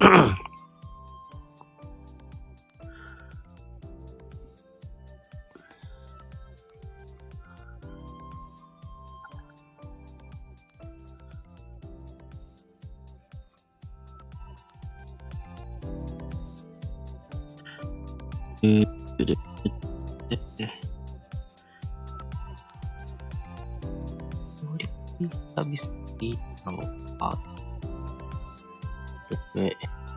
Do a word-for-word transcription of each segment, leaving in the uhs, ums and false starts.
えー、で、え、え、より久々になのか、え、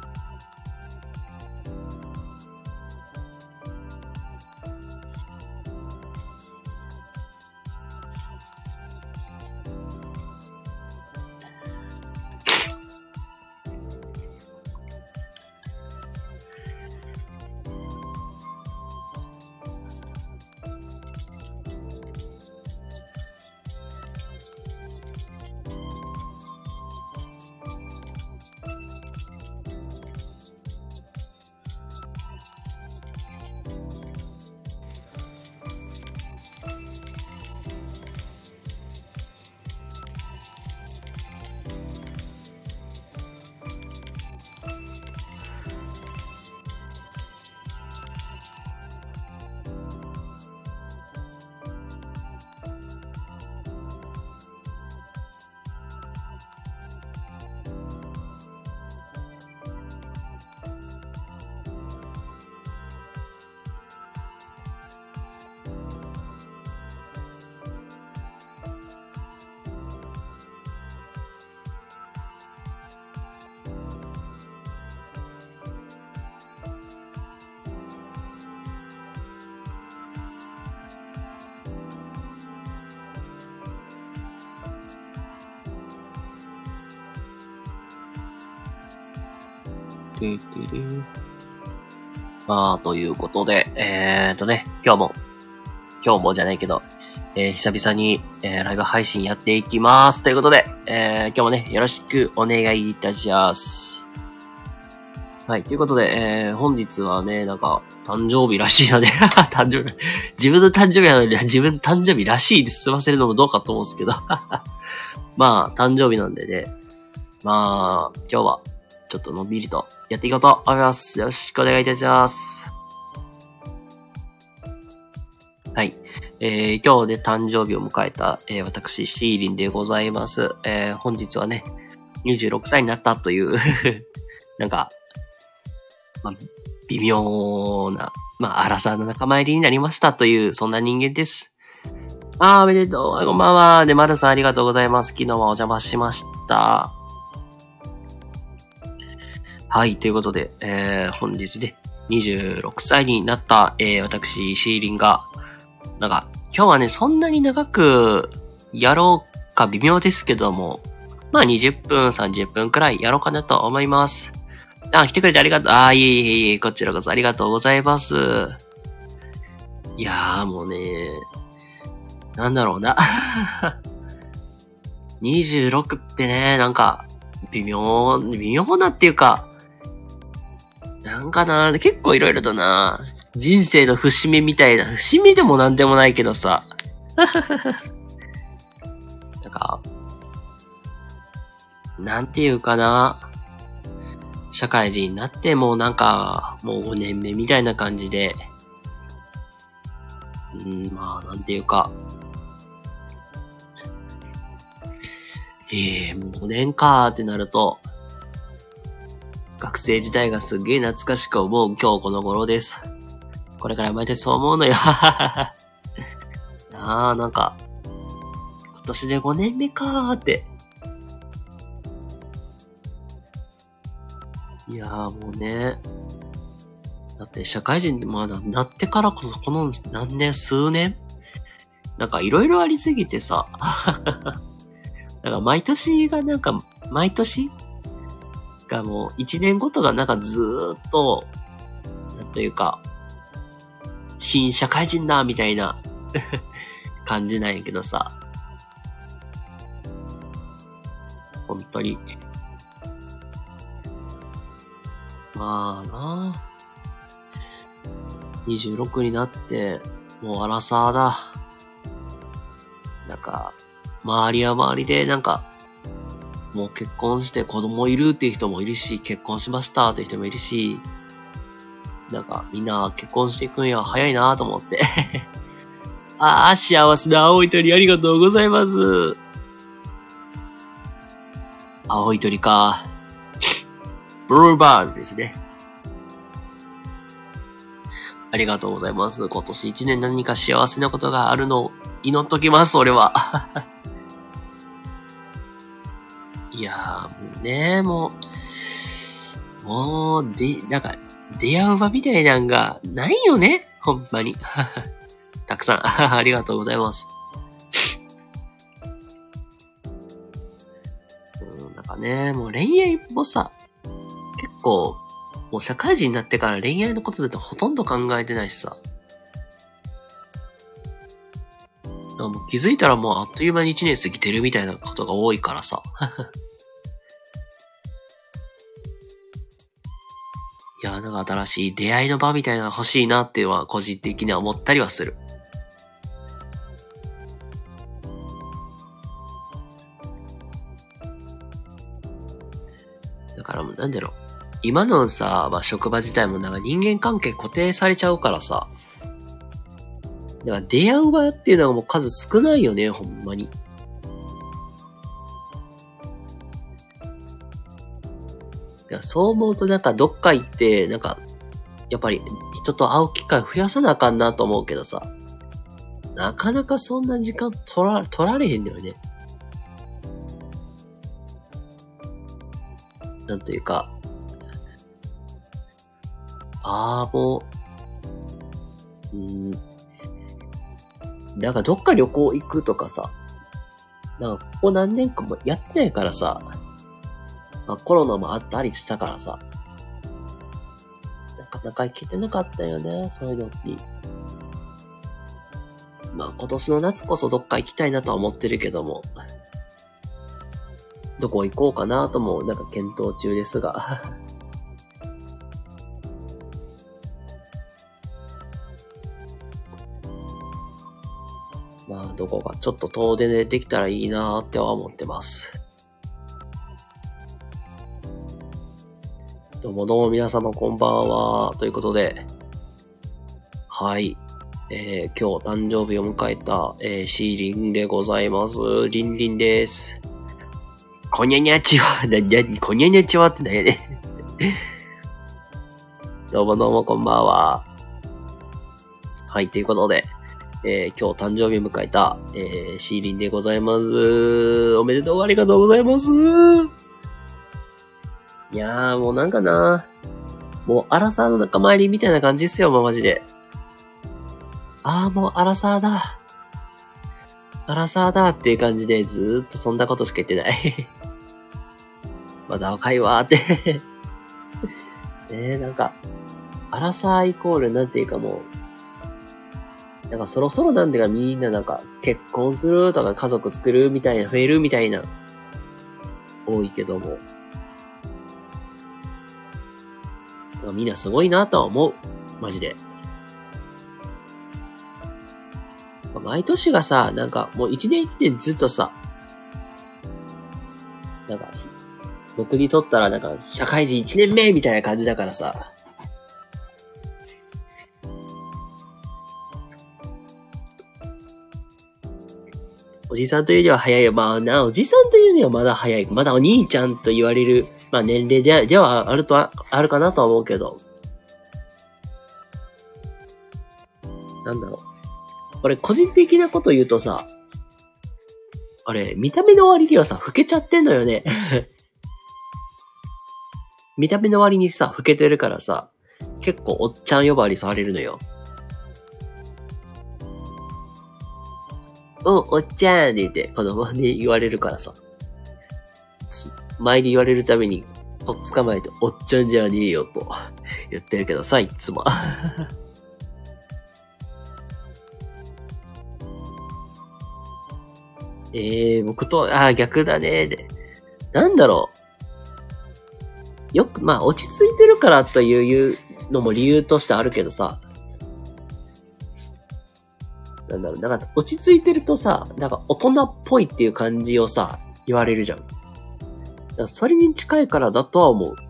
ててれ。まあ、ということで、えーとね、今日も、今日もじゃないけど、えー、久々に、えー、ライブ配信やっていきます。ということで、えー、今日もね、よろしくお願いいたします。はい、ということで、えー、本日はね、なんか、誕生日らしいので、誕生日、自分の誕生日なのに、自分の誕生日らしいで済ませるのもどうかと思うんですけど、まあ、誕生日なんでね、まあ、今日は、ちょっとのんびりとやっていこうと思います。よろしくお願いいたします。はい。えー、今日で誕生日を迎えた、えー、私、シーリンでございます。えー、本日はね、にじゅうろくさいになったという、なんか、まあ、微妙な、まあ、アラサーの仲間入りになりましたという、そんな人間です。あー、おめでとう。こんばんは。で、マルさんありがとうございます。昨日はお邪魔しました。はい、ということで、えー、本日でにじゅうろくさいになった、えー、私、シーリンが、なんか、今日はね、そんなに長くやろうか微妙ですけども、まあにじゅっぷん、さんじゅっぷんくらいやろうかなと思います。あ、来てくれてありがとう。あー、いえいえいえ、こちらこそありがとうございます。いやー、もうね、なんだろうな。にじゅうろくってね、なんか、微妙、微妙なっていうか、なんかな、結構いろいろとな、人生の節目みたいな、節目でもなんでもないけどさ、なんか、なんていうかな、社会人になってもうなんか、もうごねんめみたいな感じで、うん、まあ、なんていうか、ええー、もうごねんかーってなると、学生時代がすっげえ懐かしく思う今日この頃です。これから毎年そう思うのよ。ああ、なんか、今年でごねんめかーって。いやーもうね。だって社会人まだなってからこそこの何年数年なんかいろいろありすぎてさ。なんか毎年がなんか、毎年がもう一年ごとがなんかずーっと、なんというか、新社会人だみたいな感じなんやけどさ。本当に。まあなあ。にじゅうろくになって、もうアラサーだ。なんか、周りは周りで、なんか、 もう結婚して子供いるっていう人もいるし、結婚しましたっていう人もいるし、なんかみんな結婚していくんや早いなと思って。ああ、幸せな青い鳥ありがとうございます。青い鳥か。ブルーバーズですね。ありがとうございます。今年一年何か幸せなことがあるのを祈っときます、俺は。いやー、もうね、もう、もう、で、なんか、出会う場みたいなんがないよね、ほんまに。たくさん、ありがとうございます。うん、なんかね、もう恋愛もさ、結構、もう社会人になってから恋愛のことだとほとんど考えてないしさ。もう気づいたらもうあっという間に一年過ぎてるみたいなことが多いからさ。いや、なんか新しい出会いの場みたいなのが欲しいなっていうのは個人的には思ったりはする。だからなんだろう。今のさ、まあ、職場自体もなんか人間関係固定されちゃうからさ。だから出会う場っていうのがもう数少ないよね、ほんまに。いや、そう思うとなんかどっか行って、なんか、やっぱり人と会う機会増やさなあかんなと思うけどさ。なかなかそんな時間取ら、取られへんだよね。なんというか、ああ、もう、うーん。なんかどっか旅行行くとかさ、なんかここ何年かもやってないからさ、まあコロナもあったりしたからさ、なかなか行けてなかったよね、そういうのって。まあ今年の夏こそどっか行きたいなとは思ってるけども、どこ行こうかなともなんか検討中ですが。まあどこかちょっと遠出でできたらいいなーっては思ってます。どうもどうも皆様こんばんは。ということで、はい。えー、今日誕生日を迎えた、えー、シーリンでございます。リンリンです。こにゃにゃちは、な、な、こにゃにゃちはってなんやね。どうもどうもこんばんは。はい、ということで、えー、今日誕生日を迎えた、えー、シーリンでございます。おめでとう、ありがとうございます。いやー、もうなんかな、もうアラサーの仲間入りみたいな感じっすよ、もうマジで。あー、もうアラサーだ。アラサーだっていう感じでずーっとそんなことしか言ってない。まだ若いわーって。ねえ、なんか、アラサーイコールなんていうかもう、なんかそろそろなんていうかみんななんか結婚するとか家族作るみたいな、増えるみたいな、多いけども。みんなすごいなとは思う。マジで。毎年がさ、なんかもう一年一年ずっとさ、なんか、僕にとったらなんか社会人一年目みたいな感じだからさ。おじさんというには早いよ。まあな、おじさんというにはまだ早い。まだお兄ちゃんと言われる、まあ年齢でではあるとは、あるかなとは思うけど。なんだろう。これ個人的なこと言うとさ、あれ、見た目の割にはさ、老けちゃってんのよね。見た目の割にさ、老けてるからさ、結構おっちゃん呼ばわりされるのよ。お、おっちゃんって言って、子供に言われるからさ。前に言われるために、とっ捕まえて、おっちゃんじゃねえよと言ってるけどさ、いつも。えー、僕と、あー、逆だねで。なんだろう。よく、まあ、落ち着いてるからというのも理由としてあるけどさ。なんだろう、なんか、落ち着いてるとさ、なんか大人っぽいっていう感じをさ、言われるじゃん。 それに近いからだとは思う。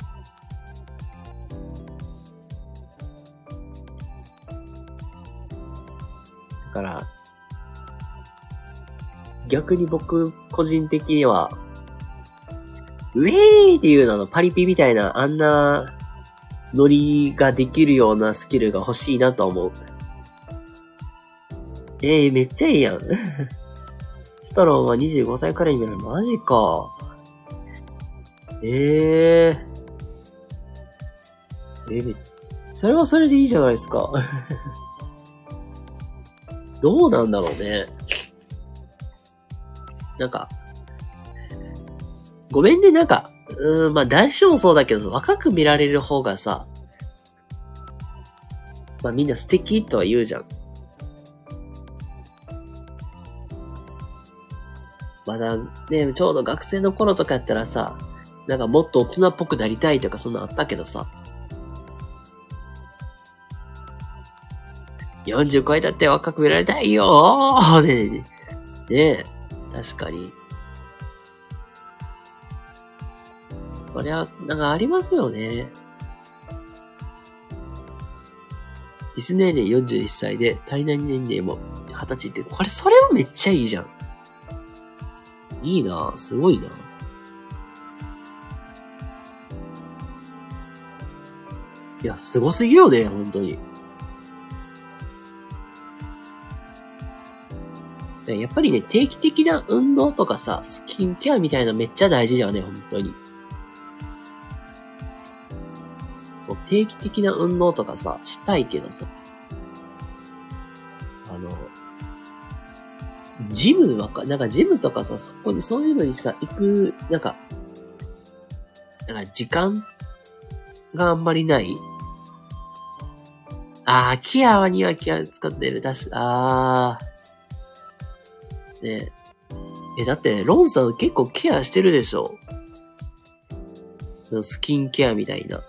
だから、逆に僕、個人的には、ウェーっていうののパリピみたいな、あんな、ノリができるようなスキルが欲しいなと思う。ええー、めっちゃいいやん。ストロンはにじゅうごさいからに見られる。マジか。ええー。えー、それはそれでいいじゃないですか。どうなんだろうね。なんか、ごめんね、なんか、うーん、まあ、誰しもそうだけど、若く見られる方がさ、まあみんな素敵とは言うじゃん。まだね、ちょうど学生の頃とかやったらさ、なんかもっと大人っぽくなりたいとかそんなあったけどさ、よんじゅう超えたって若く見られたいよーねねえ、確かに。そりゃ、なんかありますよね。実年齢よんじゅういっさいで、体内年齢もはたちって、これ、それもめっちゃいいじゃん。いいなぁ、すごいな。いや、すごすぎよね、本当に。やっぱりね、定期的な運動とかさ、スキンケアみたいなめっちゃ大事だよね、本当に。そう、定期的な運動とかさ、したいけどさ。あの、ジムはか、なんかジムとかさ、そこにそういうのにさ、行く、なんか、なんか時間があんまりない。あー、ケアには気を使ってる。だし、あー。ねえ。え、だって、ロンさん結構ケアしてるでしょ？スキンケアみたいな。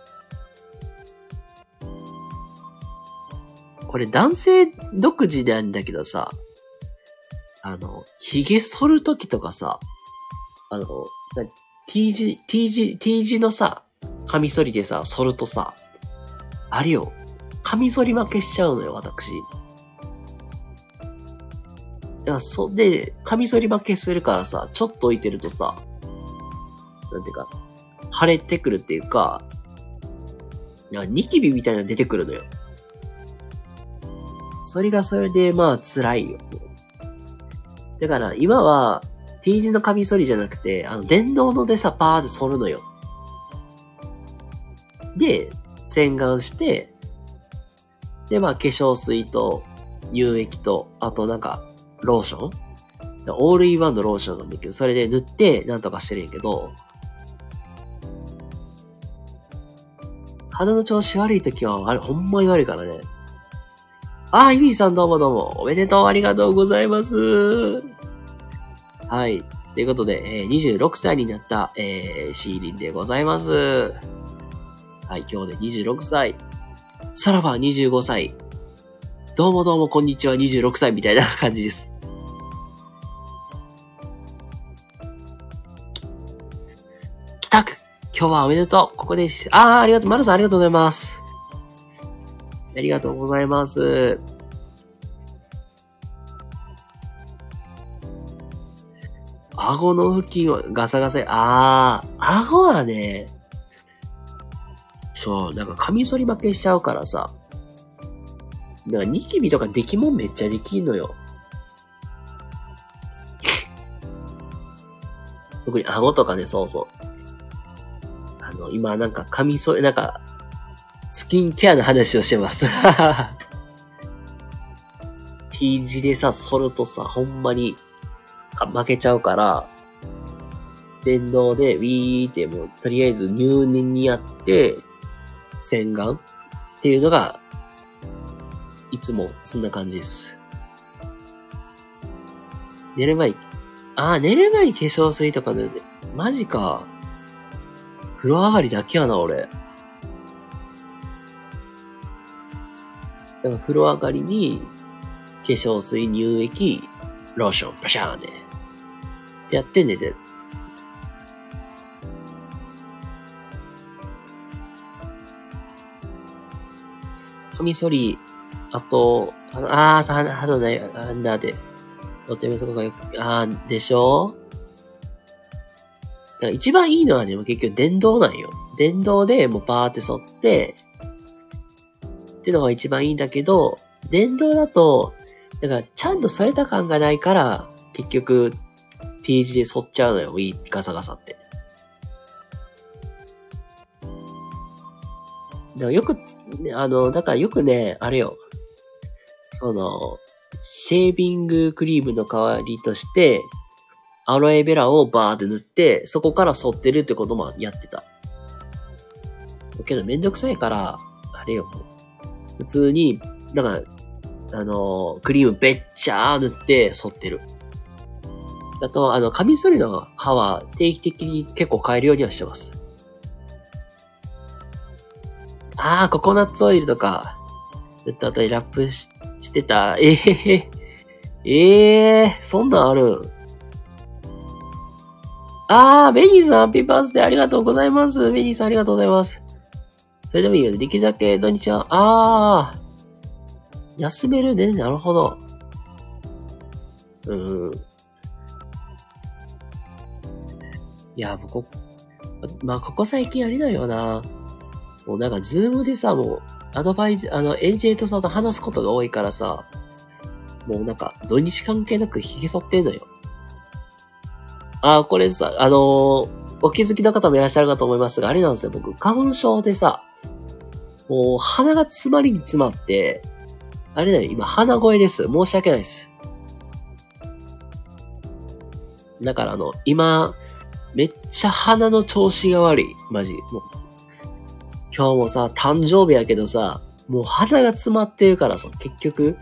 これ男性独自なんだけどさ、あの、髭剃るときとかさ、あの、T 字、T 字、T 字のさ、カミソリでさ、剃るとさ、あれよ、カミソリ負けしちゃうのよ、私。いや、そ、で、カミソリ負けするからさ、ちょっと置いてるとさ、なんていうか、腫れてくるっていうか、なんかニキビみたいなの出てくるのよ。それがそれで、まあ、辛いよ。だから、今は、T 字のカミソリじゃなくて、あの、電動のでさ、パーって剃るのよ。で、洗顔して、で、まあ、化粧水と、乳液と、あとなんか、ローションオールインワンのローションなんだけど、それで塗って、なんとかしてるんやけど、肌の調子悪い時は、あれ、ほんまに悪いからね。あー、イミーさんどうもどうも。おめでとう、ありがとうございます。はい。ということで、えー、にじゅうろくさいになった、えー、シーリンでございます。はい、今日でにじゅうろくさい。さらばにじゅうごさい。どうもどうもこんにちはにじゅうろくさいみたいな感じです。帰宅今日はおめでとうここで、あー、ありがとう。マルさんありがとうございます。ありがとうございます。顎の付近はガサガサ、あー、顎はね、そう、なんかカミソリ負けしちゃうからさ、なんかニキビとかできもんめっちゃできんのよ。特に顎とかね、そうそう。あの、今なんかカミソリ、なんか、スキンケアの話をしてます。T 字でさ、剃るとさ、ほんまに、負けちゃうから、電動でウィーってもう、とりあえず入念にやって、洗顔っていうのが、いつもそんな感じです。寝る前に、あー、寝る前に化粧水とか塗る。マジか。風呂上がりだけやな、俺。だから風呂上がりに、化粧水、乳液、ローション、バシャーンで。ってやって寝てる。 カミソリ、あと、あの、あー、さ、はどない、アンダーで、お手目そこがよく、あー、でしょ？だから一番いいのはね、結局電動なんよ。電動でもうパーって沿って、っていうのが一番いいんだけど、電動だと、だからちゃんとされた感がないから、結局 T 字で沿っちゃうのよ、いいガサガサって。だからよく、あの、だからよくね、あれよ、その、シェービングクリームの代わりとして、アロエベラをバーって塗って、そこから沿ってるってこともやってた。だけどめんどくさいから、あれよ、普通に、だから、あの、クリームべっちゃー塗って沿ってる。あと、あの、カミソリの刃は定期的に結構変えるようにはしてます。あー、ココナッツオイルとか、塗った後にラップ し, してた。ええー、ええー、そんなんあるん？あー、ベニーさん、ハッピーバースデーありがとうございます。ベニーさんありがとうございます。それでもいいよね。できるだけ土日は、あー、休めるね。なるほど。うん。いや、もうこ、まあ、ここ最近あれだよな。もうなんか、ズームでさ、もう、アドバイズ、あの、エージェントさんと話すことが多いからさ、もうなんか、土日関係なく髭剃ってんのよ。あー、これさ、あのー、お気づきの方もいらっしゃるかと思いますが、あれなんですよ。僕、花粉症でさ、もう、鼻が詰まりに詰まって、あれだよ、今、鼻声です。申し訳ないです。だからあの、今、めっちゃ鼻の調子が悪い。マジ。もう今日もさ、誕生日やけどさ、もう鼻が詰まってるからさ、結局、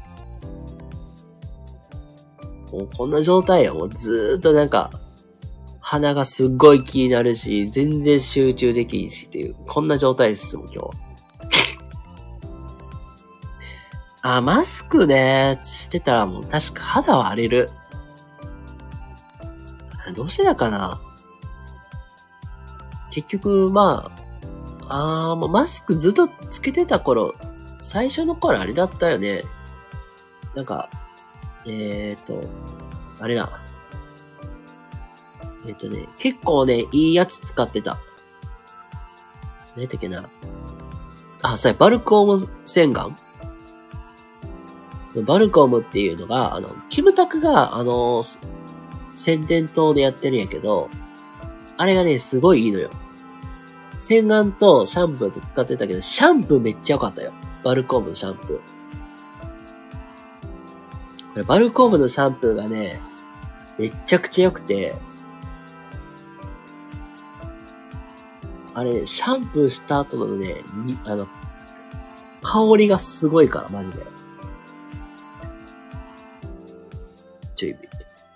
もうこんな状態や。もうずーっとなんか、鼻がすっごい気になるし、全然集中できんしっていう、こんな状態ですもん、今日。あ、マスクね、してたらもう確か肌は荒れる。どうしてだかな。結局、まあ、あー、もうマスクずっとつけてた頃、最初の頃あれだったよね。なんか、えーと、あれだ。えっとね、結構ね、いいやつ使ってた。何だっけな。あ、そうや、バルコーム洗顔バルコームっていうのが、あの、キムタクが、あの、宣伝塔でやってるんやけど、あれがね、すごいいいのよ。洗顔とシャンプーと使ってたけど、シャンプーめっちゃ良かったよ。バルコームのシャンプー。これバルコームのシャンプーがね、めっちゃくちゃ良くて、あれ、シャンプーした後のね、あの、香りがすごいから、マジで。ちょい。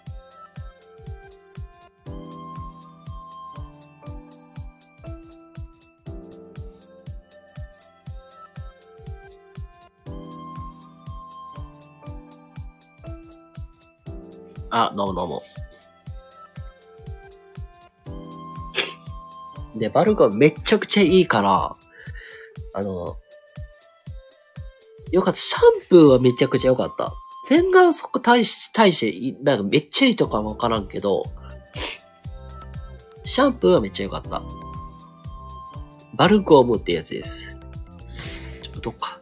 あ、どうもどうも。で、バルコンめっちゃくちゃいいから、あの、よかった。シャンプーはめちゃくちゃ良かった。洗顔そこ対し、対して、なんかめっちゃいいとかわからんけど、シャンプーはめっちゃ良かった。バルコームってやつです。ちょっとどっか。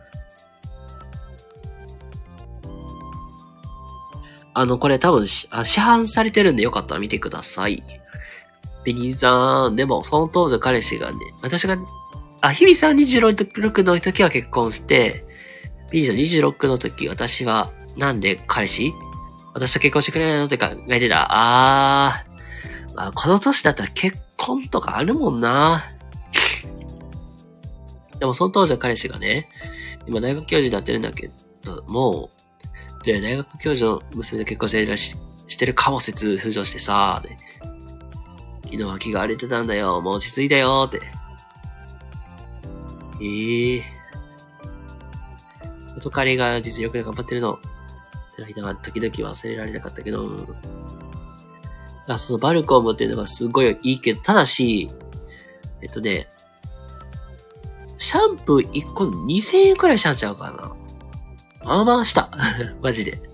あの、これ多分し、あ、市販されてるんでよかったら見てください。ベニーさん、でもその当時彼氏がね、私が、あ、日比さんにじゅうろくの時は結婚して、ベニーさんにじゅうろくの時、私は、なんで彼氏私と結婚してくれないのって考えてた。あー、まあ、この年だったら結婚とかあるもんな。でもその当時は彼氏がね、今大学教授になってるんだけど、もう、で、大学教授の娘と結婚してるらし、してるかも説浮上してさ、で昨日は気が荒れてたんだよ、もう落ち着いたよって。ええー。元彼が実力で頑張ってるの。って間は時々忘れられなかったけど。あ、そのバルコムっていうのがすごいいいけど、ただし、えっとね、 シャンプーいっこにせんえんくらいしたんちゃうかな。まあまあした。マジで。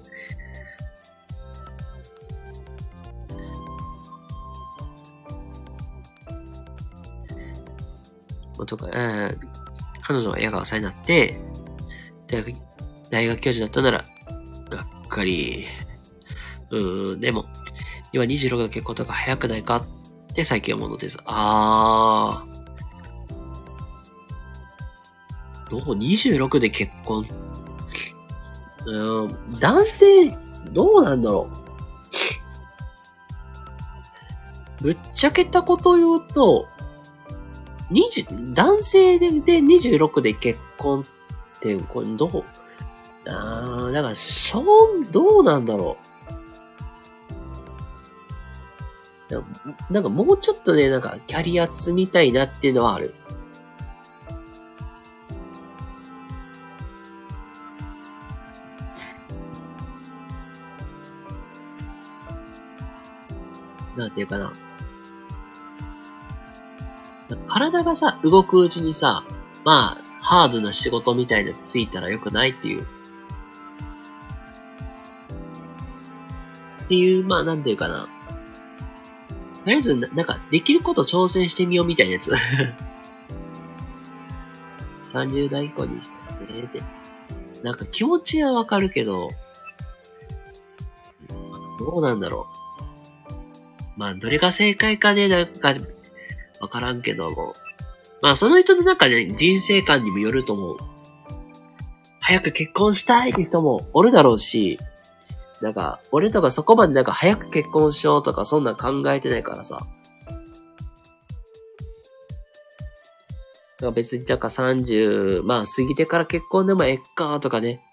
とか、えー、彼女は矢川さんになって、大学、大学教授だったなら、がっかり。うーん、でも、今にじゅうろくで結婚とか早くないかって最近思うのです。あー。どう ?にじゅうろく で結婚。うーん、男性、どうなんだろう。ぶっちゃけたこと言うと、にじゅう、男性で、でにじゅうろくで結婚って、これどうあー、だから、しょう、どうなんだろう。なんかもうちょっとね、なんかキャリア積みたいなっていうのはある。なんていうかな。体がさ、動くうちにさ、まあ、ハードな仕事みたいなのついたら良くないっていう。っていう、まあ、なんていうかな。とりあえず、なんか、できること挑戦してみようみたいなやつ。さんじゅう代以降にしてねって。なんか気持ちはわかるけど、どうなんだろう。まあ、どれが正解かね、なんか、わからんけども。まあ、その人の中で人生観にもよると思う。早く結婚したいって人もおるだろうし、なんか、俺とかそこまでなんか早く結婚しようとかそんなん考えてないからさ。なんか別になんかさんじゅう、まあ過ぎてから結婚でもええかとかね。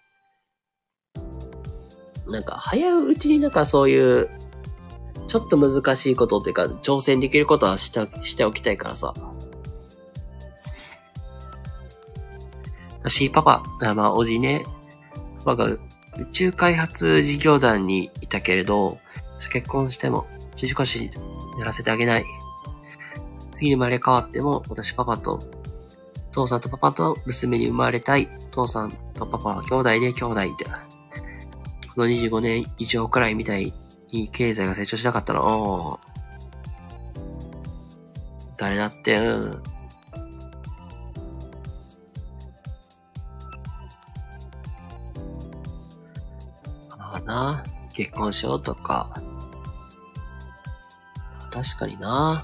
なんか早いうちになんかそういう、ちょっと難しいことっていうか挑戦できることはして、しておきたいからさ。私、パパ、あまあ、おじね、パパが宇宙開発事業団にいたけれど、結婚しても、知事腰にやらせてあげない。次に生まれ変わっても、私パパと、父さんとパパと娘に生まれたい。父さんとパパは兄弟で兄弟で。このにじゅうごねん以上くらいみたいに経済が成長しなかったら、おー誰だって、うん。まあな、結婚しようとか。確かにな。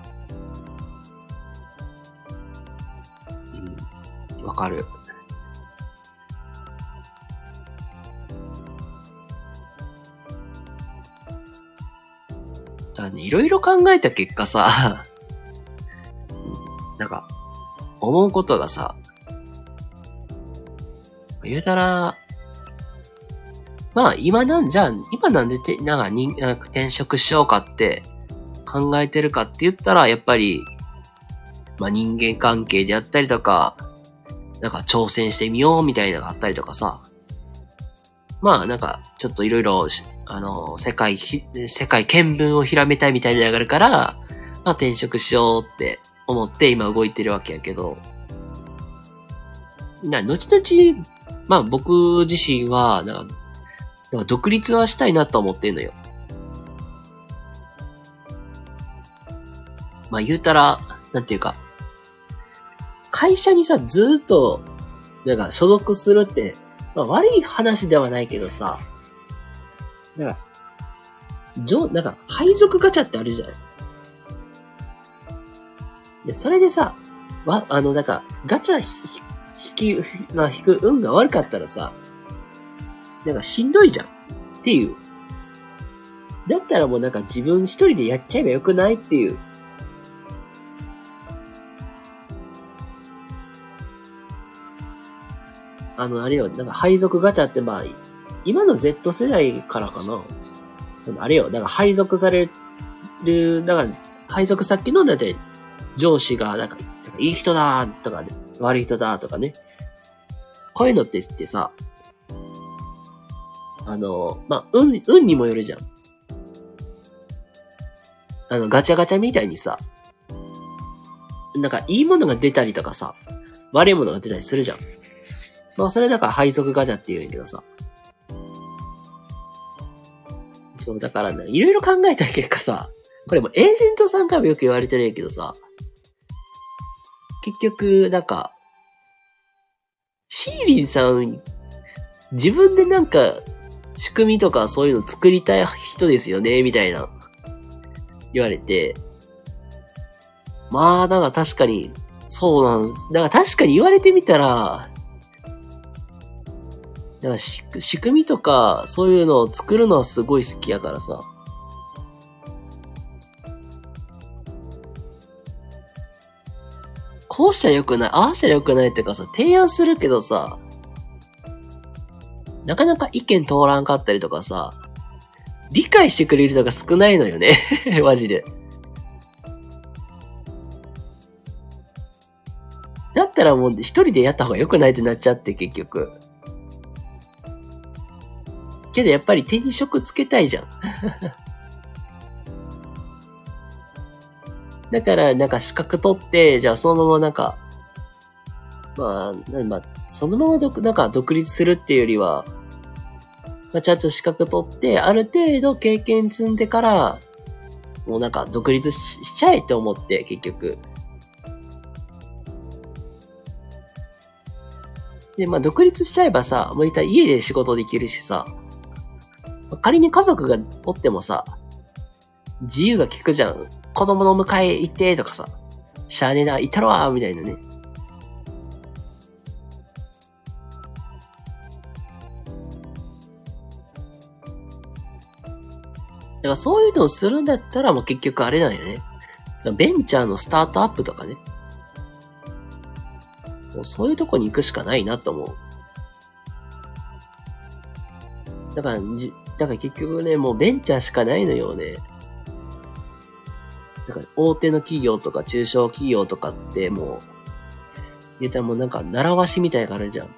うん、わかる。だね、いろいろ考えた結果さ、なんか、思うことがさ、言うたら、まあ今なんじゃ、今なんでて、なんか人、なんか転職しようかって考えてるかって言ったら、やっぱり、まあ人間関係であったりとか、なんか挑戦してみようみたいなのがあったりとかさ、まあなんか、ちょっといろいろ、あの、世界、世界見聞を広めたいみたいなのがあるから、まあ転職しようって思って今動いてるわけやけど、な、後々、まあ僕自身は、なんか、独立はしたいなと思ってんのよ。まあ言うたら、なんていうか、会社にさ、ずーっと、なんか所属するって、まあ悪い話ではないけどさ、なんか、じょ、なんか配属ガチャってあるじゃん。で、それでさ、わ、あの、なんか、ガチャ引き、な、引く運が悪かったらさ、なんかしんどいじゃん。っていう。だったらもうなんか自分一人でやっちゃえばよくないっていう。あの、あれよ、なんか配属ガチャってまあ、今の Z 世代からかな。そのあれよ、なんか配属される、なんか配属先のだって上司がなんか、なんかいい人だとかね、悪い人だとかね。こういうのってってさ、あの、まあ、運、運にもよるじゃん。あの、ガチャガチャみたいにさ、なんかいいものが出たりとかさ、 悪いものが出たりするじゃん。まあそれだから配属ガチャって言うんやけどさ。そう、だからね、いろいろ考えた結果さ、これもエージェントさんからもよく言われてるんやけどさ、結局、なんか、シーリンさん、自分でなんか、仕組みとかそういうの作りたい人ですよね、みたいな、言われて、まあ、なんか確かに、そうなんです。だから確かに言われてみたら、だからし仕組みとか、そういうのを作るのはすごい好きやからさ。こうしたら良くない、ああしたら良くないってかさ、提案するけどさ、なかなか意見通らんかったりとかさ、理解してくれる人が少ないのよね。マジで。だったらもう一人でやった方が良くないってなっちゃって結局。けどやっぱり手に職つけたいじゃん。だからなんか資格取って、じゃあそのままなんか、まあ、まあ、そのままどなんか独立するっていうよりは、まあ、ちゃんと資格取って、ある程度経験積んでから、もうなんか独立 し, しちゃえって思って、結局。で、まあ独立しちゃえばさ、もう一旦家で仕事できるしさ、仮に家族がおってもさ、自由が利くじゃん。子供の迎え行ってとかさ、しゃあねえな、行ったろわみたいなね。だからそういうのをするんだったらもう結局あれなんよね。ベンチャーのスタートアップとかね。もうそういうとこに行くしかないなと思う。だから、じだから結局ね、もうベンチャーしかないのよね。だから大手の企業とか中小企業とかってもう、言ったらもうなんか習わしみたいなのがあるじゃん。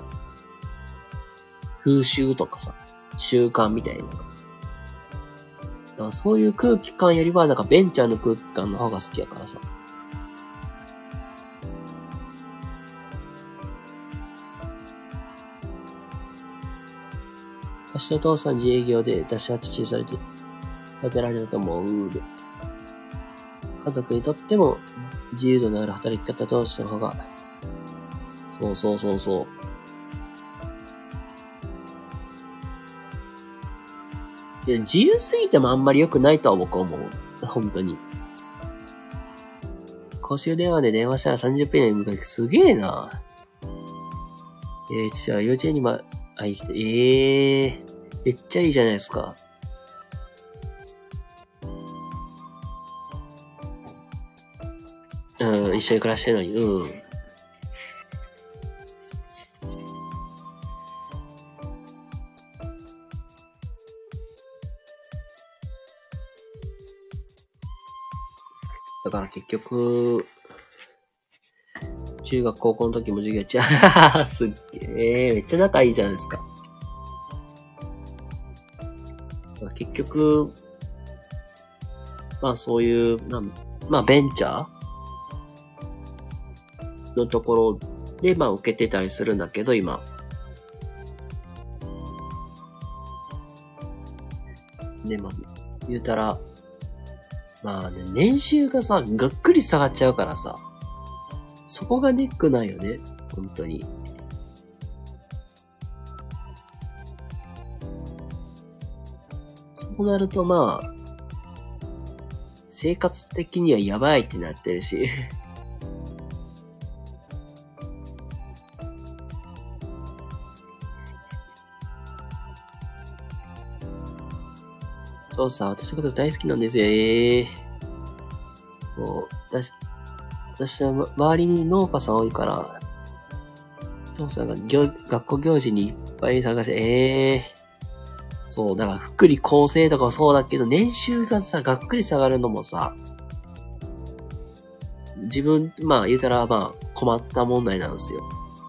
風習とかさ、習慣みたいな。だからそういう空気感よりはなんかベンチャーの空気感の方が好きやからさ。私の父さん自営業で、私は父されて、立てられたと思う。家族にとっても自由度のある働き方同士の方が、そうそうそうそう。で自由すぎてもあんまり良くないとは僕は思う。本当に。公衆電話で電話したらさんじゅっぷん以内に迎えてすげえな。えー、じゃあ幼稚園にま、あ、いきて、ええー、めっちゃいいじゃないですか。うん、一緒に暮らしてるのに、うん。だから結局、中学高校の時も授業ちゃ、すっげえ、めっちゃ仲いいじゃないですか。結局、まあそういう、なまあベンチャーのところで、まあ受けてたりするんだけど、今。で、まあ、言うたら、まあね、年収がさ、がっくり下がっちゃうからさ、そこがネックなんよね、本当に。そうなるとまあ、生活的にはやばいってなってるし。父さん、私のこと大好きなんですよ、ええー。そう、私、私は、ま、周りに農家さん多いから、父さんが行学校行事にいっぱい参加して、ええー。そう、だから福利厚生とかもそうだけど、年収がさ、がっくり下がるのもさ、自分、まあ言うたら、まあ困った問題なんですよ。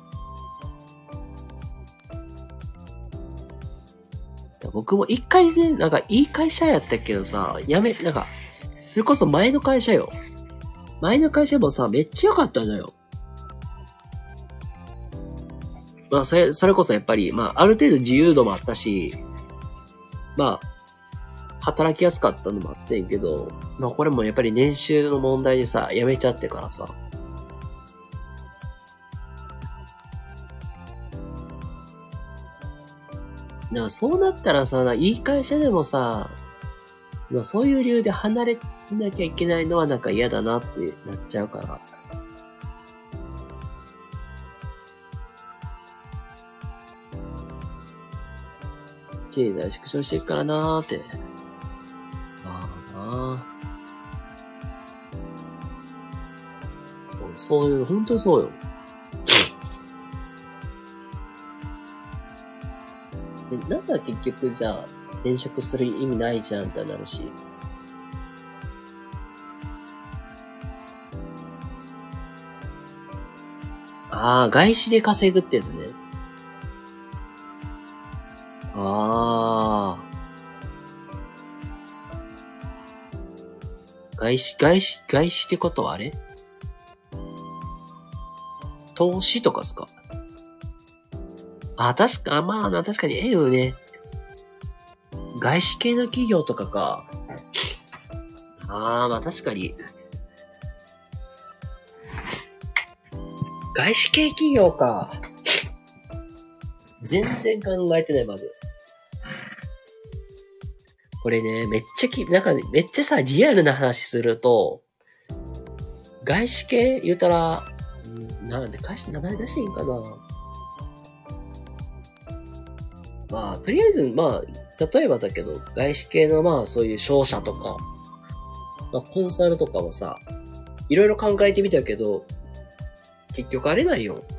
僕も一回ね、なんかいい会社やったけどさ、やめ、なんか、それこそ前の会社よ。前の会社もさ、めっちゃ良かったのよ。 まあ、それ、それこそやっぱり、まあ、ある程度自由度もあったし、まあ、働きやすかったのもあってんけど、まあ、これもやっぱり年収の問題でさ、辞めちゃってからさ、だからそうなったらさ、いい会社でもさ、まあ、そういう理由で離れなきゃいけないのはなんか嫌だなってなっちゃうから。経済縮小していくからなーって。まあなー。そう、そういう、本当にそうよ。で、なんだ結局じゃあ、転職する意味ないじゃんってなるし。ああ、外資で稼ぐってやつね。ああ。外資、外資、外資ってことはあれ投資とかっすか？あ、確か、まあな、確かにええよね。外資系の企業とかか。ああ、まあ確かに。外資系企業か。全然考えてない、まず。これね、めっちゃき、なんかね、めっちゃさ、リアルな話すると、外資系言うたら、んなんで、会社名前出していいんかな。まあ、とりあえず、まあ、例えばだけど、外資系のまあ、そういう商社とか、まあ、コンサルとかもさ、いろいろ考えてみたけど、結局あれないよ。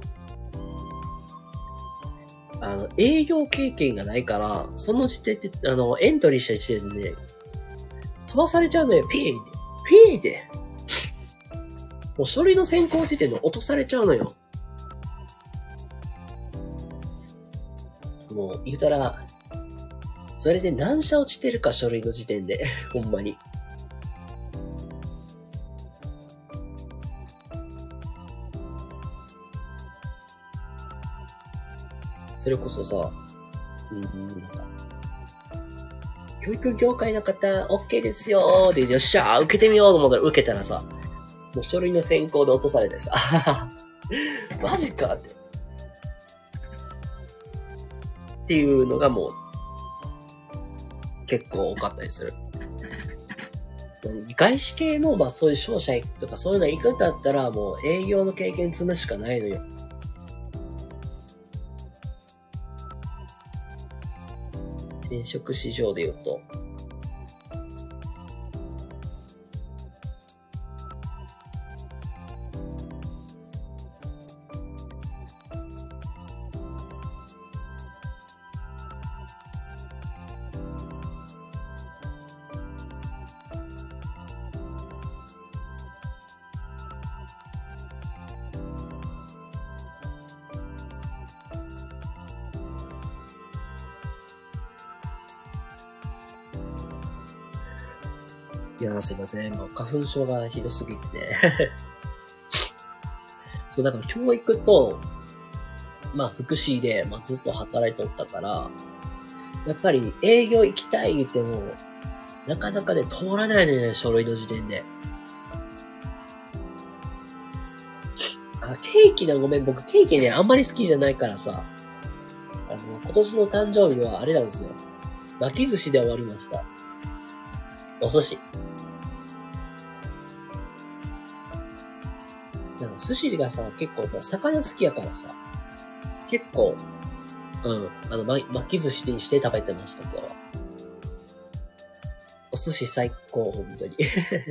あの、営業経験がないから、その時点で、あの、エントリーした時点で、ね、飛ばされちゃうのよ、ピーンで。ピーンで。もう書類の選考時点で落とされちゃうのよ。もう、言うたら、それで何社落ちてるか、書類の時点で。ほんまに。それこそさ、うん、なんか、教育業界の方、OK ですよーって言って、よっしゃー、受けてみようと思ったら受けたらさ、もう書類の選考で落とされてさ、マジかって。っていうのがもう、結構多かったりする。外資系の、まあそういう商社とかそういうの行くんだったら、もう営業の経験積むしかないのよ。転職市場で言うと。いやーすいません。もう花粉症がひどすぎてね。そう、だから教育と、まあ福祉で、まあ、ずっと働いとったから、やっぱり営業行きたい言っても、なかなかね、通らないのよね、書類の時点で。あ、ケーキな、ごめん、僕ケーキね、あんまり好きじゃないからさ、あの、今年の誕生日はあれなんですよ。巻き寿司で終わりました。お寿司。なんか寿司がさ、結構もう魚好きやからさ、結構、うん、あの、ま、巻き寿司にして食べてました、今日は。お寿司最高、本当に。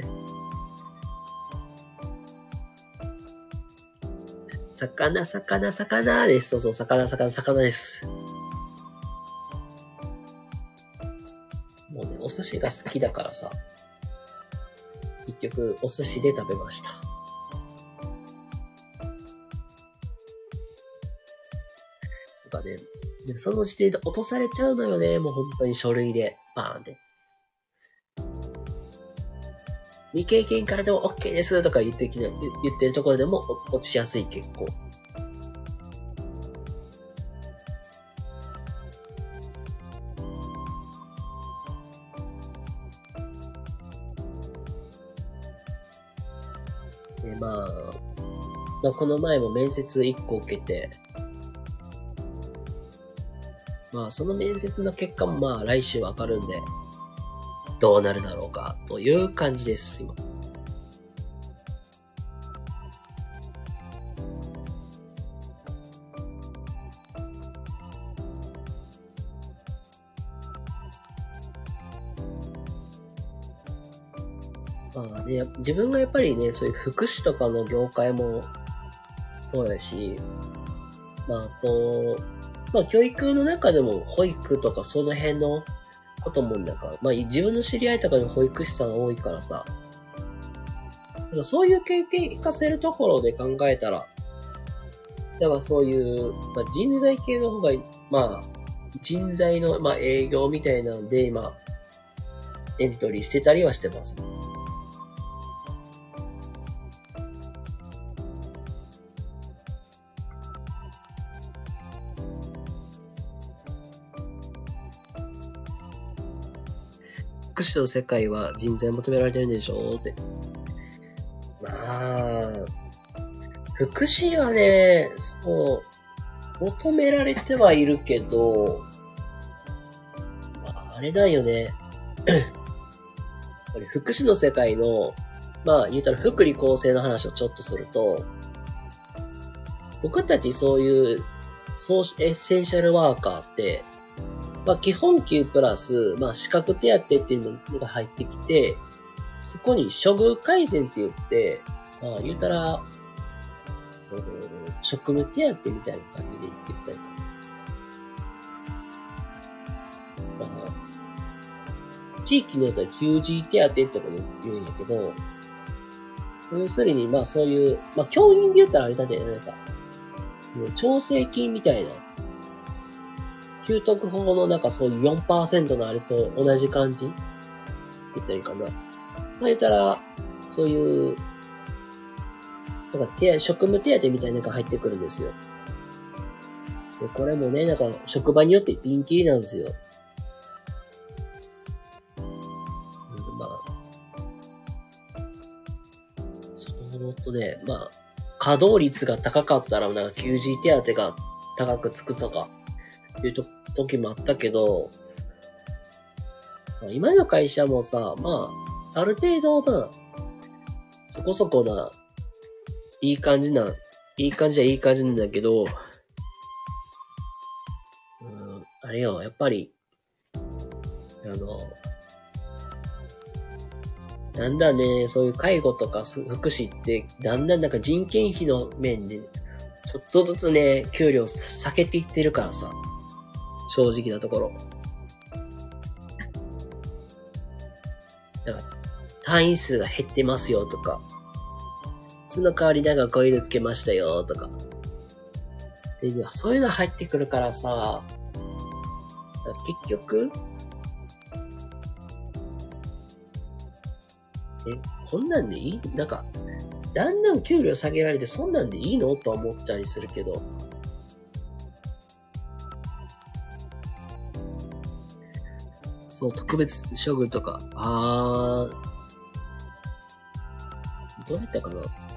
魚、魚、魚です。そうそう、魚、魚、魚です。もうね、お寿司が好きだからさ、結局、お寿司で食べました。とかね、でその時点で落とされちゃうのよね、もう本当に書類で、バーンって。未経験からでも OK ですとか言ってきな、言ってるところでも落ちやすい結構。 で、まあ、まあ、この前も面接いっこ受けて、まあ、その面接の結果もまあ、来週わかるんで、どうなるだろうか、という感じです、今。まあね、自分がやっぱりね、そういう福祉とかの業界もそうだし、まあ、あと、まあ、教育の中でも保育とかその辺のこともなんか、まあ、自分の知り合いとかに保育士さん多いからさ、なんかそういう経験活かせるところで考えたら、だからそういう、まあ、人材系の方が、まあ、人材の、まあ、営業みたいなので、今、エントリーしてたりはしてます。福祉の世界は人材求められてるんでしょって。まあ、福祉はね、そう、求められてはいるけど、まあ、あれだよね。やっぱり福祉の世界の、まあ言うたら福利厚生の話をちょっとすると、僕たちそういうソーエッセンシャルワーカーって、まあ基本給プラス、まあ資格手当っていうのが入ってきて、そこに処遇改善って言って、まあ言うたら、職務手当みたいな感じで言ってたりとか。まあ、地域によっては給仕手当とかも言うんやけど、要するにまあそういう、まあ教員で言ったらあれだね、なんか、その調整金みたいな、給特法のなんかそういう よんパーセント のあれと同じ感じって言ったらいいかな。まあ言ったら、そういう、なんか手、職務手当みたいなのが入ってくるんですよ。で、これもね、なんか職場によってピンキリなんですよ。うん、まあ、そのとね、まあ、稼働率が高かったら、なんか給仕手当が高くつくとか、いうと時もあったけど、まあ、今の会社もさ、まあ、ある程度、まあ、そこそこな、いい感じな、いい感じはいい感じなんだけど、うん、あれよ、やっぱり、あの、だんだんね、そういう介護とか福祉って、だんだんなんか人件費の面で、ちょっとずつね、給料下げていってるからさ、正直なところ。なんか、単位数が減ってますよとか、その代わりなんかこういうのつけましたよとか。で、そういうの入ってくるからさ、結局、え、こんなんでいい？なんか、だんだん給料下げられてそんなんでいいのとは思ったりするけど。そう、特別処遇とか。あー、どうやったかな？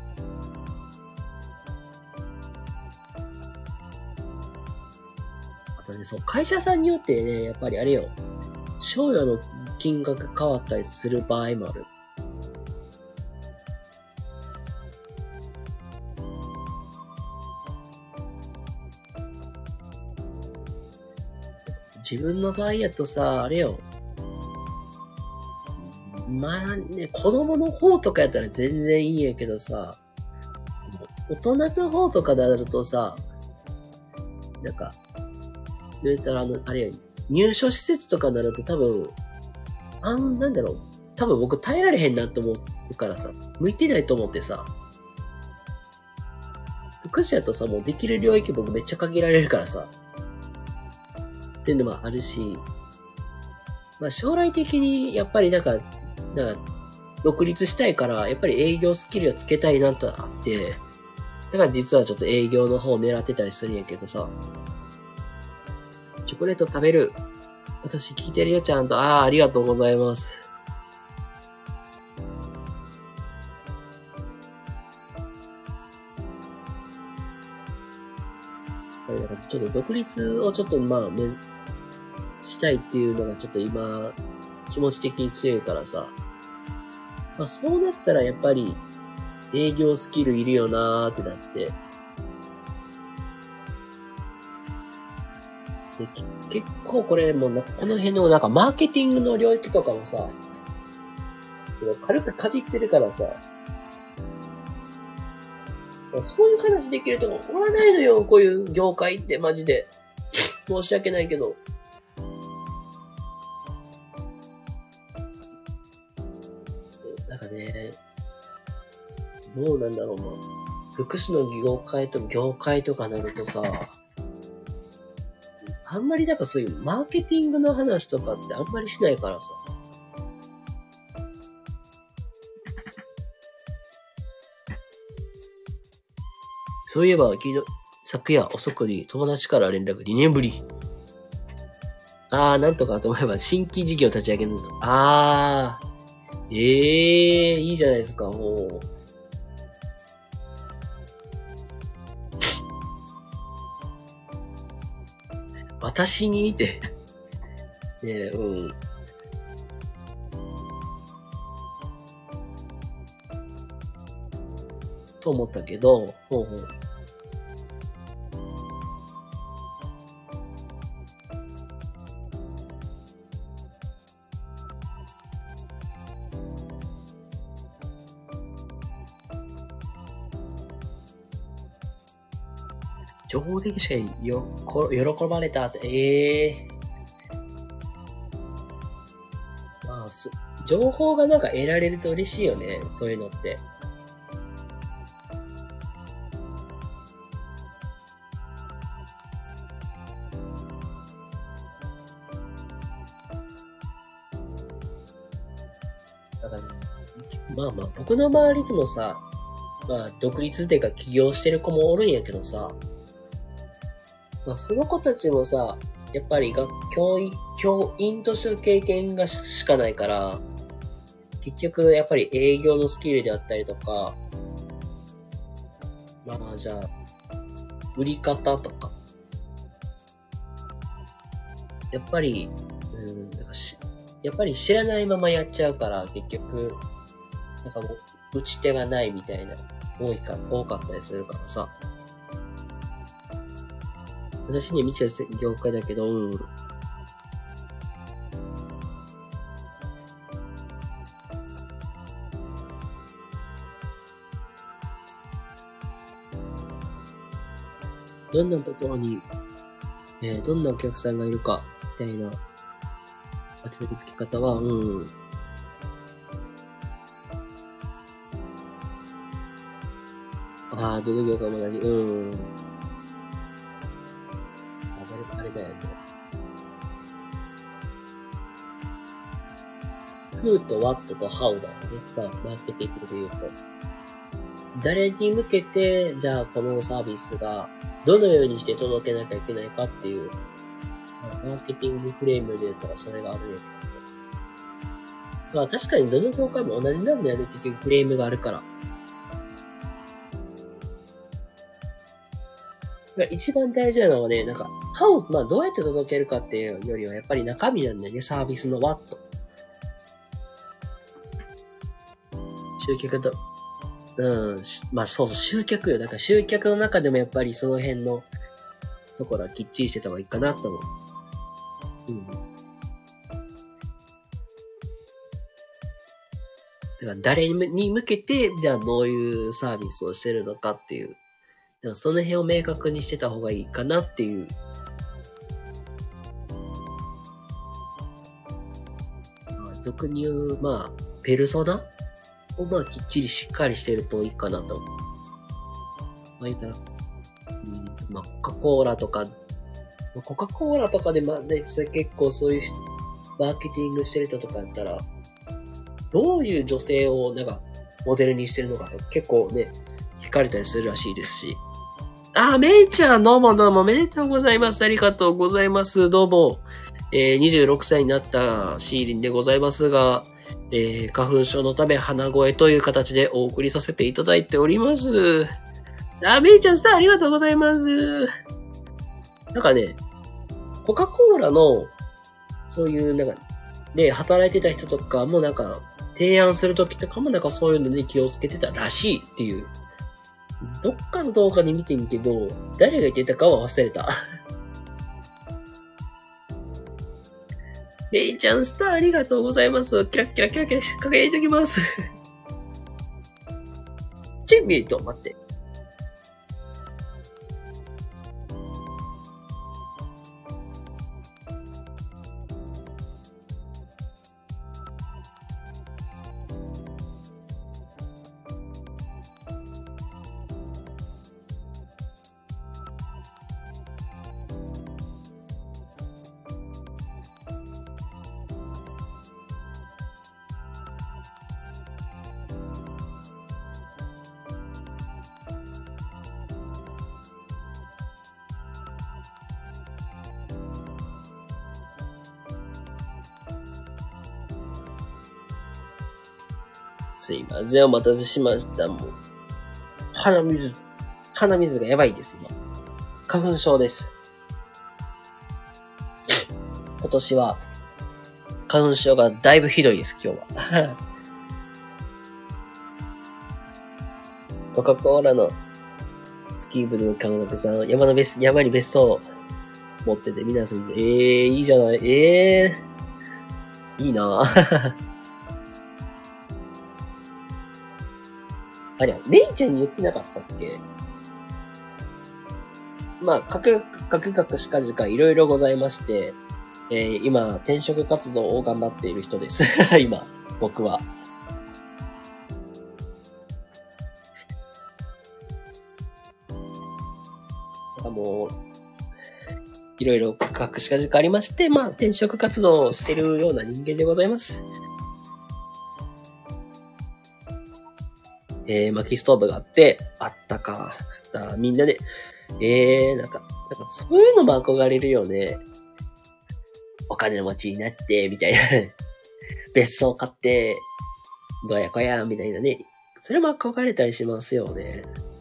あとね、そう、会社さんによってね、やっぱりあれよ、賞与の金額変わったりする場合もある。自分の場合やとさ、あれよ。まあね、子供の方とかやったら全然いいんやけどさ、大人の方とかでなるとさ、なんか、言うたらあの、あれや、入所施設とかになると多分、あん、なんだろう、多分僕耐えられへんなって思うからさ、向いてないと思ってさ、福祉やとさ、もうできる領域僕めっちゃ限られるからさ、っていうのもあるし、まあ将来的にやっぱりなんか、なんか、独立したいから、やっぱり営業スキルをつけたいなとあって、だから実はちょっと営業の方を狙ってたりするんやけどさ、チョコレート食べる。私聞いてるよ、ちゃんと。ああ、ありがとうございます。 なんかちょっと独立をちょっとまあ、め、したいっていうのがちょっと今、気持ち的に強いからさ。まあそうなったらやっぱり営業スキルいるよなーってなって。で結構これもうこの辺のなんかマーケティングの領域とかもさ、軽くかじってるからさ、そういう話できるとこおらないのよ、こういう業界ってマジで。申し訳ないけど。なんかね、どうなんだろう、まあ、福祉の業界と業界とかなるとさ、あんまりなんかそういうマーケティングの話とかってあんまりしないからさ。そういえば、昨日、昨夜遅くに友達から連絡にねんぶり。あー、なんとかと思えば新規事業立ち上げるんです。あー、ええー、いいじゃないですか、もう。私にって。ねえ、うん。と思ったけど、ほうほう。情報的しかよ、こ、喜ばれたって、ええー。まあ、そ、情報がなんか得られると嬉しいよね、そういうのって。だからね、まあまあ、僕の周りでもさ、まあ、独立っていうか起業してる子もおるんやけどさ、まあ、その子たちもさ、やっぱり学教員、教員としての経験がしかないから、結局やっぱり営業のスキルであったりとか、まあじゃあ、売り方とか、やっぱり、うん、なんかしやっぱり知らないままやっちゃうから、結局、なんかもう、打ち手がないみたいな、多いか、多かったりするからさ。私には未知の業界だけど、うん。どんなところに、えー、どんなお客さんがいるか、みたいな、当てのぶつけ方は、うん。ああ、どの業界も同じ、うん。あれだよね。Who と What と How だよね。まあ、マーケティングで言うと。誰に向けて、じゃあこのサービスがどのようにして届けなきゃいけないかっていう、マーケティングフレームで言ったらそれがあるんやけど。まあ確かにどの業界も同じなんだよね、結局フレームがあるから。一番大事なのはね、なんか、how、まあどうやって届けるかっていうよりはやっぱり中身なんだよね、サービスの what。集客と、うん、まあそうそう、集客よ。だから集客の中でもやっぱりその辺のところはきっちりしてた方がいいかなと思う。うん。だから誰に向けて、じゃあどういうサービスをしてるのかっていう。だからその辺を明確にしてた方がいいかなっていう。まあ、俗に言う、まあ、ペルソナをまあきっちりしっかりしてるといいかなと。まあいいかな。うん、まあコカ・コーラとか、コカ・コーラとかでまあね、それ結構そういうマーケティングしてる人とかやったら、どういう女性をなんかモデルにしてるのかと結構ね、聞かれたりするらしいですし。あ、めいちゃん、どうもどうも、おめでとうございます。ありがとうございます。どうも。えー、にじゅうろくさいになったシーリンでございますが、えー、花粉症のため鼻声という形でお送りさせていただいております。あ、めいちゃんスターありがとうございます。 なんかね、コカ・コーラの、そういう、なんか、で、働いてた人とかもなんか、提案するときとかもなんかそういうのに気をつけてたらしいっていう。どっかの動画に見てみるけど、誰が言ってたかは忘れた。レイちゃんスターありがとうございます。キラッキラキラキラ輝いておきます。チェンビーと待って。すいません、お待たせしました。もう、鼻水、鼻水がやばいです、今。花粉症です。今年は、花粉症がだいぶひどいです、今日は。コカ・コーラのスキー部の監督さん、山の別、山に別荘を持ってて、皆さん、えー、いいじゃない、えー、いいなぁ。あれや、レイちゃんに言ってなかったっけ？まあ、かく、かくかくしかじかいろいろございまして、えー、今、転職活動を頑張っている人です。今、僕は。なんかもう、いろいろかくかくしかじかありまして、まあ、転職活動をしているような人間でございます。えー、薪ストーブがあって、あったか。だみんなで、えー、なんか、なんかそういうのも憧れるよね。お金持ちになって、みたいな。別荘買って、どやこや、みたいなね。それも憧れたりしますよね。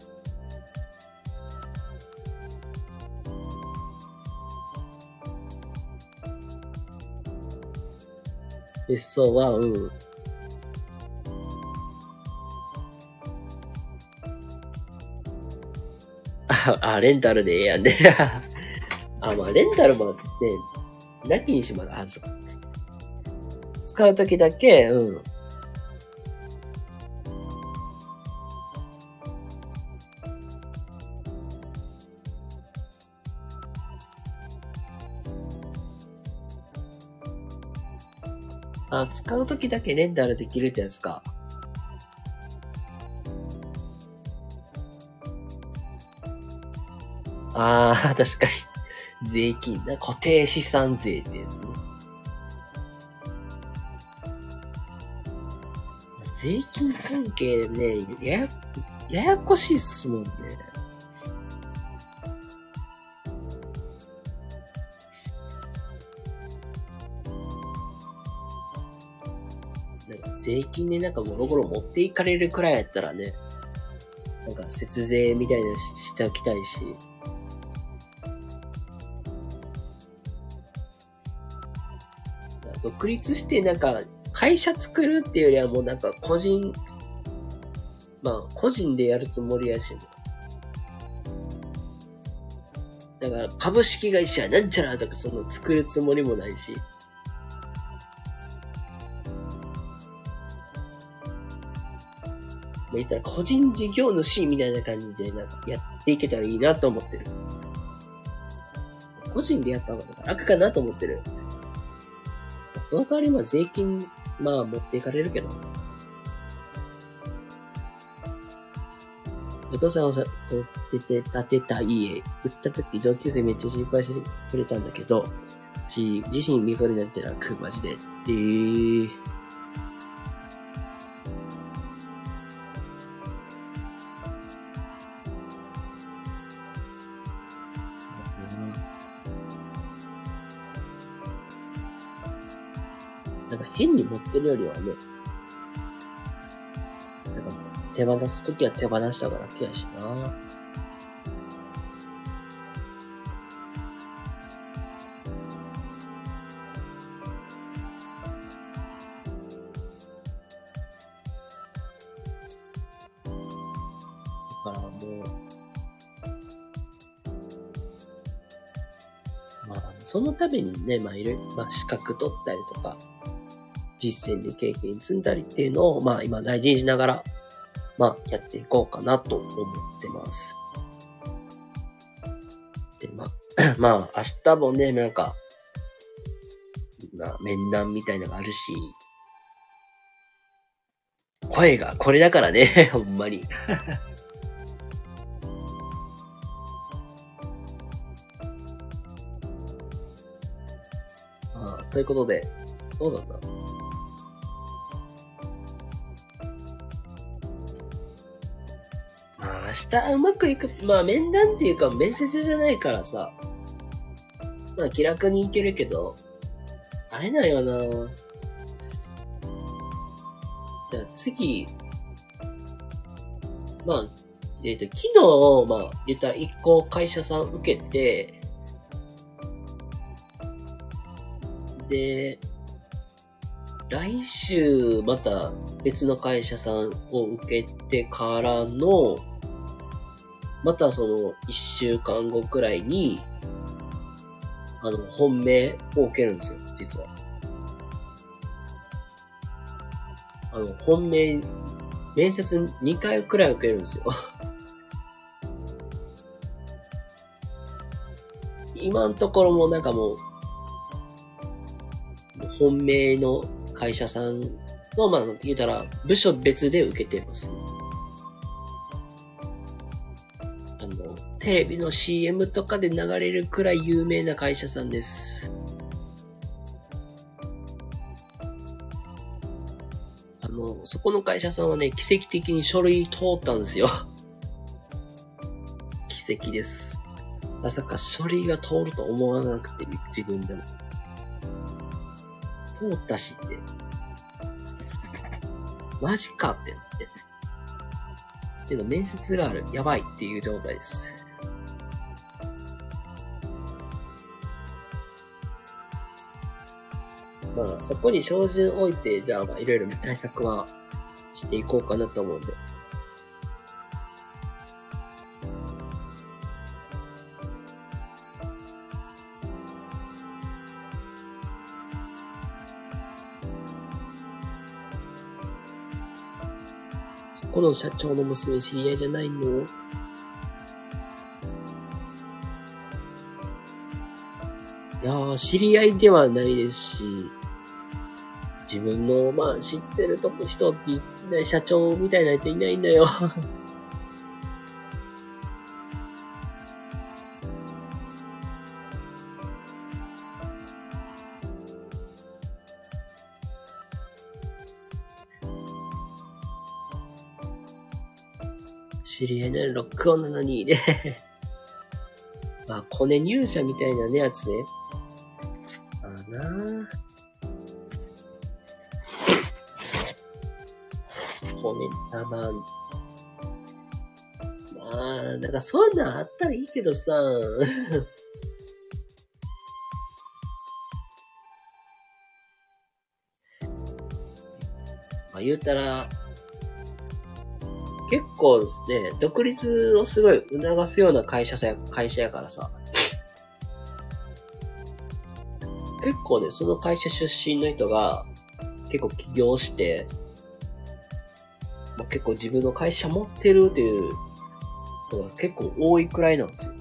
別荘は、うん。あ、あ、レンタルでええやんね。あ、まあ、レンタルもね、なきにしまだはず。使うときだけ、うん。あ、使うときだけレンタルできるってやつか。ああ、確かに。税金な、固定資産税ってやつね。税金関係ね、やや、ややこしいっすもんね。なんか税金でなんかゴロゴロ持っていかれるくらいやったらね、なんか節税みたいなししておきたいし。独立してなんか会社作るっていうよりはもうなんか個人、まあ個人でやるつもりやし、だから株式会社なんちゃらとかその作るつもりもないし。言ったら個人事業主みたいな感じでなんかやっていけたらいいなと思ってる。個人でやった方が楽かなと思ってる。その代わりまあ税金、まあ持っていかれるけど。お父さんをさ、取ってて、建てた家、売った時同級生めっちゃ心配してくれたんだけど、し、自身身軽になって楽、マジで。えー。なんか変に持ってるよりはね、なんか手放すときは手放した方が楽やしな。 からもう、まあ、そのためにね、まあ、いろいろ、まあ、資格取ったりとか、実践で経験積んだりっていうのを、まあ、今大事にしながら、まあ、やっていこうかなと思ってます。で、まあ、まあ、明日もね、なんか、まあ、面談みたいなのがあるし、声がこれだからね、ほんまに。まあ、ということで、そうだな。まあ、明日うまくいく、まあ、面談っていうか、面接じゃないからさ、まあ、気楽にいけるけど、あれなんよな。じゃあ次、まあ、えっ、と、昨日、まあ、言ったら一個会社さん受けて、で、来週また別の会社さんを受けてからの、またその一週間後くらいに、あの、本命を受けるんですよ、実は。あの、本命、面接にかいくらい受けるんですよ。今のところもなんかもう、本命の会社さんの、まあ、言うたら、部署別で受けてます。あの、テレビの シーエム とかで流れるくらい有名な会社さんです。あの、そこの会社さんはね、奇跡的に書類通ったんですよ。奇跡です。まさか書類が通ると思わなくて、自分でも。通ったしって。マジかってなって。けど面接がある。やばいっていう状態です。まあ、そこに照準を置いて、じゃあ、まあ、いろいろ対策はしていこうかなと思うんで。そこの社長の娘知り合いじゃないの？いやー、知り合いではないですし、自分の、まあ、知ってるとこ人って言ってない社長みたいな人いないんだよ。知り合いならロックオンなのにね。まあ、コネ入社みたいなね、やつね。まあなぁ。コネ、あ、まあ、まあ、なんかそういうのあったらいいけどさ。まあ言うたら、結構ね、独立をすごい促すような会社さ、会社やからさ。結構ね、その会社出身の人が結構起業して、まあ、結構自分の会社持ってるっていうのが結構多いくらいなんですよ。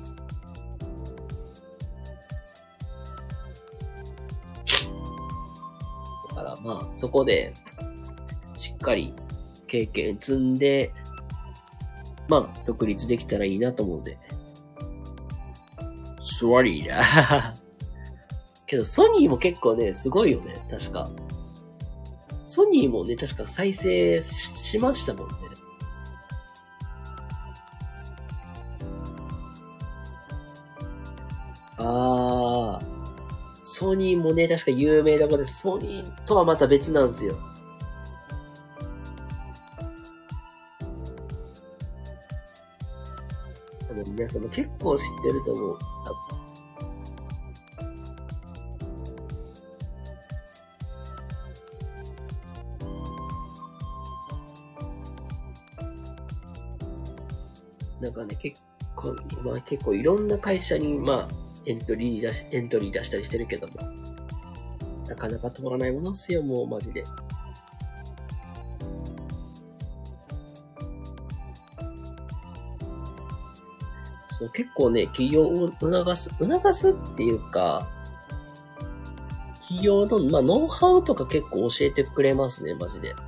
だからまあ、そこでしっかり経験積んで、まあ、独立できたらいいなと思うんで。スワリーだ。けど、ソニーも結構ね、すごいよね、確か。ソニーもね、確か再生 し, しましたもんね。あー。ソニーもね、確か有名な子です。ソニーとはまた別なんですよ。あの、皆さんも結構知ってると思う。 なんかね、結構、今結構いろんな会社に、まあ、エントリー出し、エントリー出したりしてるけども、なかなか通らないものっすよ、もうマジで。そう、結構ね、企業を促す、促すっていうか、企業の、まあ、ノウハウとか結構教えてくれますね、マジで。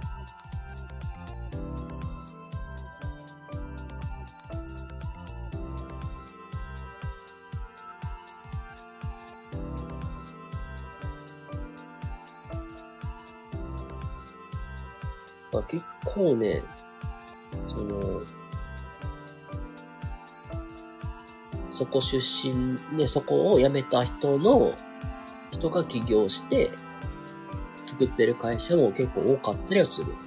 まあ、結構ね、その、そこ出身、ね、そこを辞めた人の、人が起業して、作ってる会社も結構多かったりはする。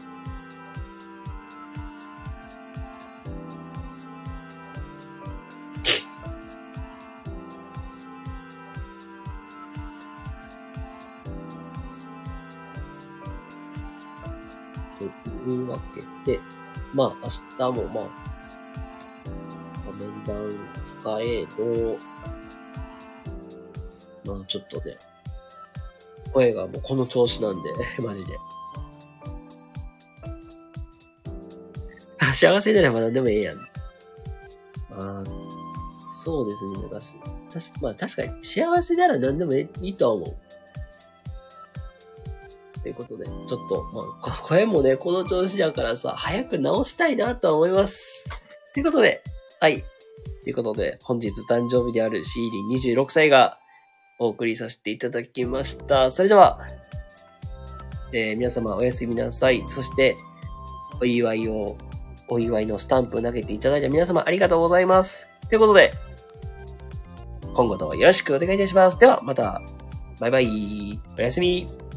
というわけで、まあ明日もまあ、面談控えの、まあちょっとね、声がもうこの調子なんで、マジで。幸せならまだでもええやん。まあ、そうですね、私。確か、まあ確かに幸せなら何でもいいとは思う。ということで、ちょっと、まあ、声もね、この調子だからさ、早く直したいなとは思います。ということで、はい。ということで、本日誕生日であるシーリンにじゅうろくさいがお送りさせていただきました。それでは、えー、皆様おやすみなさい。そして、お祝いを、お祝いのスタンプ投げていただいた皆様ありがとうございます。ということで、今後ともよろしくお願いいたします。では、また、バイバイ。おやすみ。